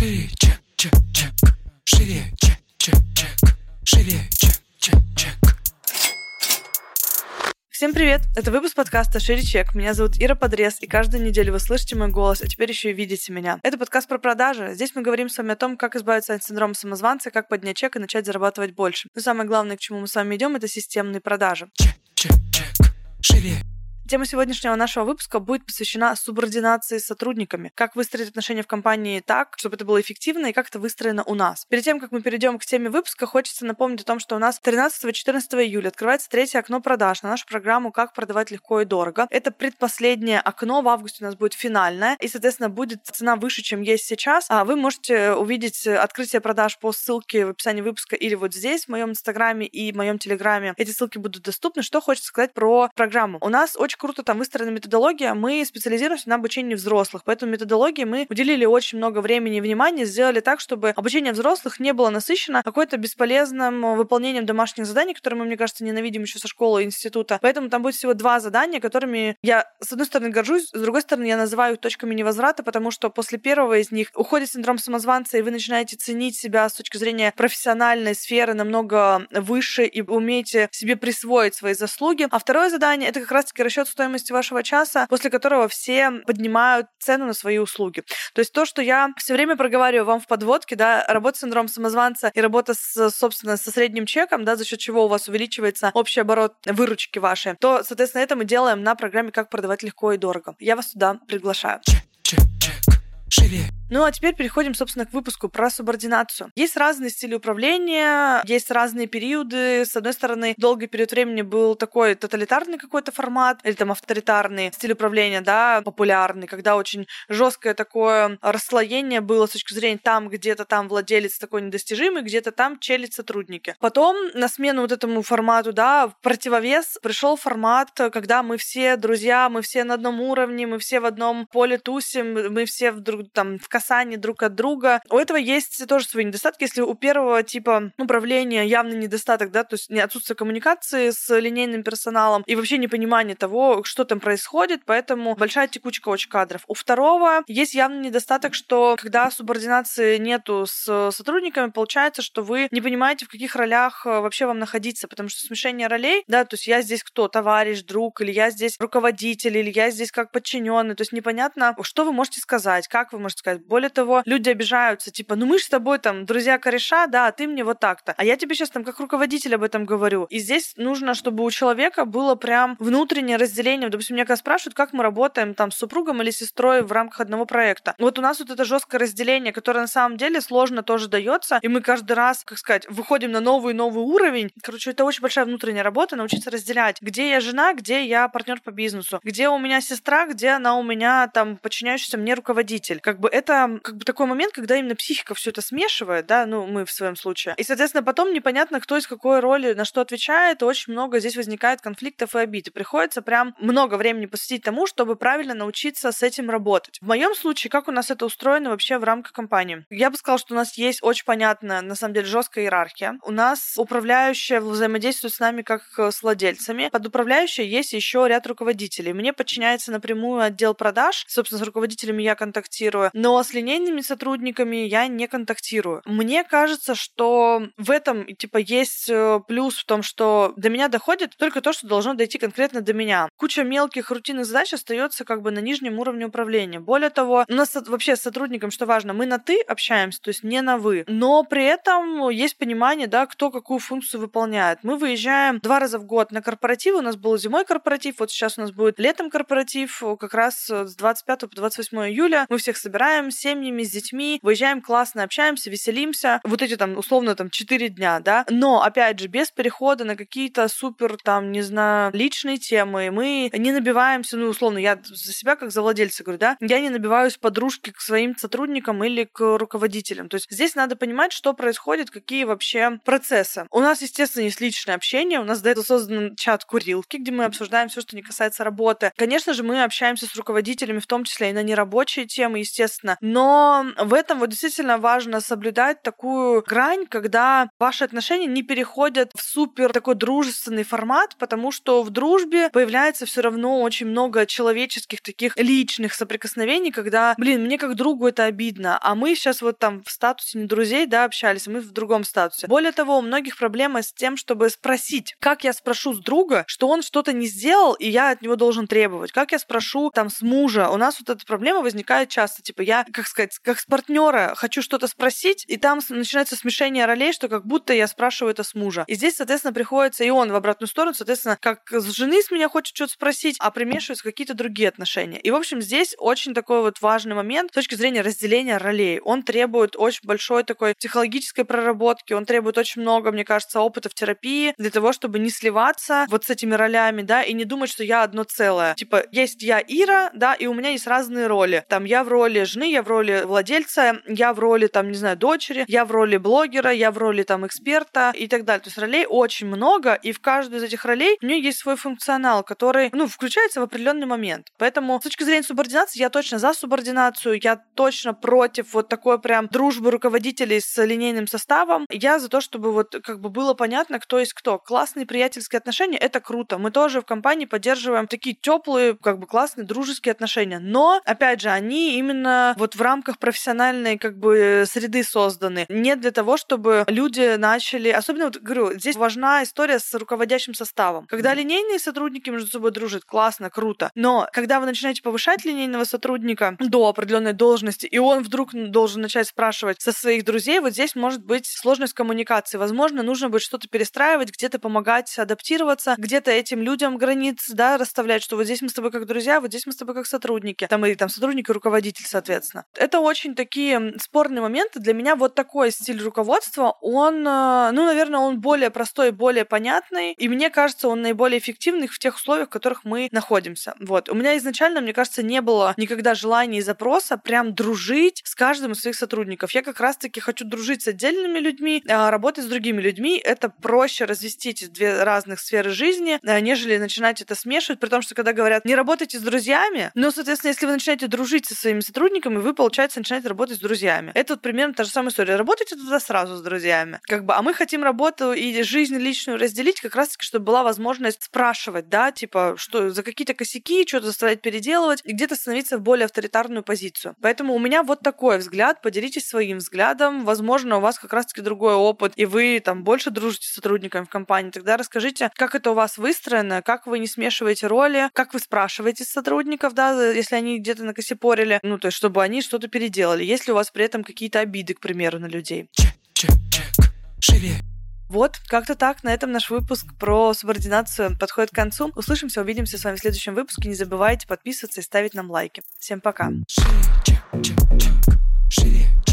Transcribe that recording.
Шире, чек, чек, чек. Шире, чек, чек, чек. Шире, чек, чек, чек. Всем привет! Это выпуск подкаста «Шире чек». Меня зовут Ира Подрез, и каждую неделю вы слышите мой голос, а теперь еще и видите меня. Это подкаст про продажи. Здесь мы говорим с вами о том, как избавиться от синдрома самозванца, как поднять чек и начать зарабатывать больше. Но самое главное, к чему мы с вами идем, это системные продажи. Чек, чек, чек. Шире. Тема сегодняшнего нашего выпуска будет посвящена субординации с сотрудниками. Как выстроить отношения в компании так, чтобы это было эффективно, и как это выстроено у нас. Перед тем, как мы перейдем к теме выпуска, хочется напомнить о том, что у нас 13-14 июля открывается третье окно продаж на нашу программу «Как продавать легко и дорого». Это предпоследнее окно, в августе у нас будет финальное, и, соответственно, будет цена выше, чем есть сейчас. А вы можете увидеть открытие продаж по ссылке в описании выпуска или вот здесь, в моем инстаграме и в моем телеграме. Эти ссылки будут доступны. Что хочется сказать про программу. У нас очень круто там выстроена методология. Мы специализируемся на обучении взрослых. Поэтому методологии мы уделили очень много времени и внимания, сделали так, чтобы обучение взрослых не было насыщено какой-то бесполезным выполнением домашних заданий, которые мы, мне кажется, ненавидим еще со школы и института. Поэтому там будет всего 2 задания, которыми я, с одной стороны, горжусь, с другой стороны, я называю их точками невозврата, потому что после первого из них уходит синдром самозванца, и вы начинаете ценить себя с точки зрения профессиональной сферы намного выше и умеете себе присвоить свои заслуги. А второе задание — это как раз-таки расчет стоимости вашего часа, после которого все поднимают цену на свои услуги. То есть то, что я все время проговариваю вам в подводке, да, работа с синдромом самозванца и работа собственно, со средним чеком, да, за счет чего у вас увеличивается общий оборот выручки вашей, то, соответственно, это мы делаем на программе «Как продавать легко и дорого». Я вас туда приглашаю. Чек, чек, чек. Шире. Ну а теперь переходим, собственно, к выпуску про субординацию. Есть разные стили управления, есть разные периоды. С одной стороны, долгий период времени был такой тоталитарный какой-то формат, или там авторитарный стиль управления, да, популярный, когда очень жесткое такое расслоение было с точки зрения там где-то там владелец такой недостижимый, где-то там челядь сотрудники. Потом на смену вот этому формату, да, в противовес пришел формат, когда мы все друзья, мы все на одном уровне, мы все в одном поле тусим, мы все в касании друг от друга. У этого есть тоже свои недостатки. Если у первого типа управления явный недостаток, да, то есть отсутствие коммуникации с линейным персоналом и вообще непонимание того, что там происходит, поэтому большая текучка очень кадров. У второго есть явный недостаток, что когда субординации нету с сотрудниками, получается, что вы не понимаете, в каких ролях вообще вам находиться, потому что смешение ролей, да, то есть я здесь кто? Товарищ, друг, или я здесь руководитель, или я здесь как подчиненный, то есть непонятно, что вы можете сказать, как вы можете сказать. Более того, люди обижаются, типа, ну мы же с тобой там друзья-кореша, да, а ты мне вот так-то. А я тебе сейчас там как руководитель об этом говорю. И здесь нужно, чтобы у человека было прям внутреннее разделение. Допустим, меня когда спрашивают, как мы работаем там с супругом или сестрой в рамках одного проекта. Вот у нас вот это жесткое разделение, которое на самом деле сложно тоже дается, и мы каждый раз, как сказать, выходим на новый уровень. Короче, это очень большая внутренняя работа, научиться разделять, где я жена, где я партнер по бизнесу, где у меня сестра, где она у меня там подчиняющийся мне руководитель. Как бы это такой момент, когда именно психика все это смешивает, да, ну, мы в своем случае. И, соответственно, потом непонятно, кто из какой роли на что отвечает, и очень много здесь возникает конфликтов и обид. И приходится прям много времени посвятить тому, чтобы правильно научиться с этим работать. В моем случае, как у нас это устроено вообще в рамках компании? Я бы сказала, что у нас есть очень понятная, на самом деле, жесткая иерархия. У нас управляющая взаимодействует с нами как с владельцами. Под управляющей есть еще ряд руководителей. Мне подчиняется напрямую отдел продаж. Собственно, с руководителями я контактирую. Но с линейными сотрудниками я не контактирую. Мне кажется, что в этом типа есть плюс в том, что до меня доходит только то, что должно дойти конкретно до меня. Куча мелких рутинных задач остается как бы на нижнем уровне управления. Более того, у нас вообще с сотрудником, что важно, мы на «ты» общаемся, то есть не на «вы». Но при этом есть понимание, да, кто какую функцию выполняет. Мы выезжаем 2 раза в год на корпоративы. У нас был зимой корпоратив, вот сейчас у нас будет летом корпоратив, как раз с 25 по 28 июля. Мы всех собираем с семьями, с детьми, выезжаем классно, общаемся, веселимся. Вот эти там, условно, там 4 дня, да. Но, опять же, без перехода на какие-то супер, там, не знаю, личные темы. Мы не набиваемся, ну, условно, я за себя как за владельца говорю, да, я не набиваюсь подружки к своим сотрудникам или к руководителям. То есть здесь надо понимать, что происходит, какие вообще процессы. У нас, естественно, есть личное общение, у нас до этого создан чат курилки, где мы обсуждаем все, что не касается работы. Конечно же, мы общаемся с руководителями, в том числе и на нерабочие темы, естественно, но в этом вот действительно важно соблюдать такую грань, когда ваши отношения не переходят в супер такой дружественный формат, потому что в дружбе появляется все равно очень много человеческих таких личных соприкосновений, когда, мне как другу это обидно, а мы сейчас вот там в статусе не друзей, да, общались, а мы в другом статусе. Более того, у многих проблема с тем, чтобы спросить, как я спрошу с друга, что он что-то не сделал, и я от него должен требовать. Как я спрошу там с мужа? У нас вот эта проблема возникает часто. Типа я, как сказать, как с партнера хочу что-то спросить, и там начинается смешение ролей, что как будто я спрашиваю это с мужа. И здесь, соответственно, приходится и он в обратную сторону, соответственно, как с жены с меня хочет что-то спросить, а примешиваются какие-то другие отношения. И, в общем, здесь очень такой вот важный момент с точки зрения разделения ролей. Он требует очень большой такой психологической проработки, он требует очень много, мне кажется, опыта в терапии для того, чтобы не сливаться вот с этими ролями, да, и не думать, что я одно целое. Типа, есть я Ира, да, и у меня есть разные роли. Там я в роли жены, я в роли владельца, я в роли, там, не знаю, дочери, я в роли блогера, я в роли, там, эксперта и так далее. То есть ролей очень много, и в каждую из этих ролей у нее есть свой функционал, который, включается в определенный момент. Поэтому с точки зрения субординации я точно за субординацию, я точно против вот такой прям дружбы руководителей с линейным составом. Я за то, чтобы вот как бы было понятно, кто есть кто. Классные приятельские отношения — это круто. Мы тоже в компании поддерживаем такие теплые, как бы классные дружеские отношения. Но, опять же, они именно вот в рамках профессиональной как бы среды созданы. Не для того, чтобы люди начали... Особенно, вот говорю, здесь важна история с руководящим составом. Когда линейные сотрудники между собой дружат, классно, круто. Но когда вы начинаете повышать линейного сотрудника до определенной должности, и он вдруг должен начать спрашивать со своих друзей, вот здесь может быть сложность коммуникации. Возможно, нужно будет что-то перестраивать, где-то помогать адаптироваться, где-то этим людям границы, да, расставлять, что вот здесь мы с тобой как друзья, вот здесь мы с тобой как сотрудники. Там или там сотрудник и руководитель, соответственно. Это очень такие спорные моменты. Для меня вот такой стиль руководства, он, наверное, он более простой, более понятный, и мне кажется, он наиболее эффективный в тех условиях, в которых мы находимся. Вот. У меня изначально, мне кажется, не было никогда желания и запроса прям дружить с каждым из своих сотрудников. Я как раз-таки хочу дружить с отдельными людьми, а работать с другими людьми. Это проще развести эти две разных сферы жизни, нежели начинать это смешивать, при том, что когда говорят, не работайте с друзьями, но, соответственно, если вы начинаете дружить со своими сотрудниками, вы, получается, начинаете работать с друзьями. Это вот примерно та же самая история. Работайте тогда сразу с друзьями. А мы хотим работу и жизнь личную разделить, как раз-таки, чтобы была возможность спрашивать, да, типа, что за какие-то косяки, что-то заставлять переделывать, и где-то становиться в более авторитарную позицию. Поэтому у меня вот такой взгляд. Поделитесь своим взглядом. Возможно, у вас как раз-таки другой опыт, и вы там больше дружите с сотрудниками в компании. Тогда расскажите, как это у вас выстроено, как вы не смешиваете роли, как вы спрашиваете сотрудников, да, если они где-то накосипорили, то есть чтобы они что-то переделали. Есть ли у вас при этом какие-то обиды, к примеру, на людей? Чек, шире. Вот, как-то так. На этом наш выпуск про субординацию подходит к концу. Услышимся, увидимся с вами в следующем выпуске. Не забывайте подписываться и ставить нам лайки. Всем пока. Шире.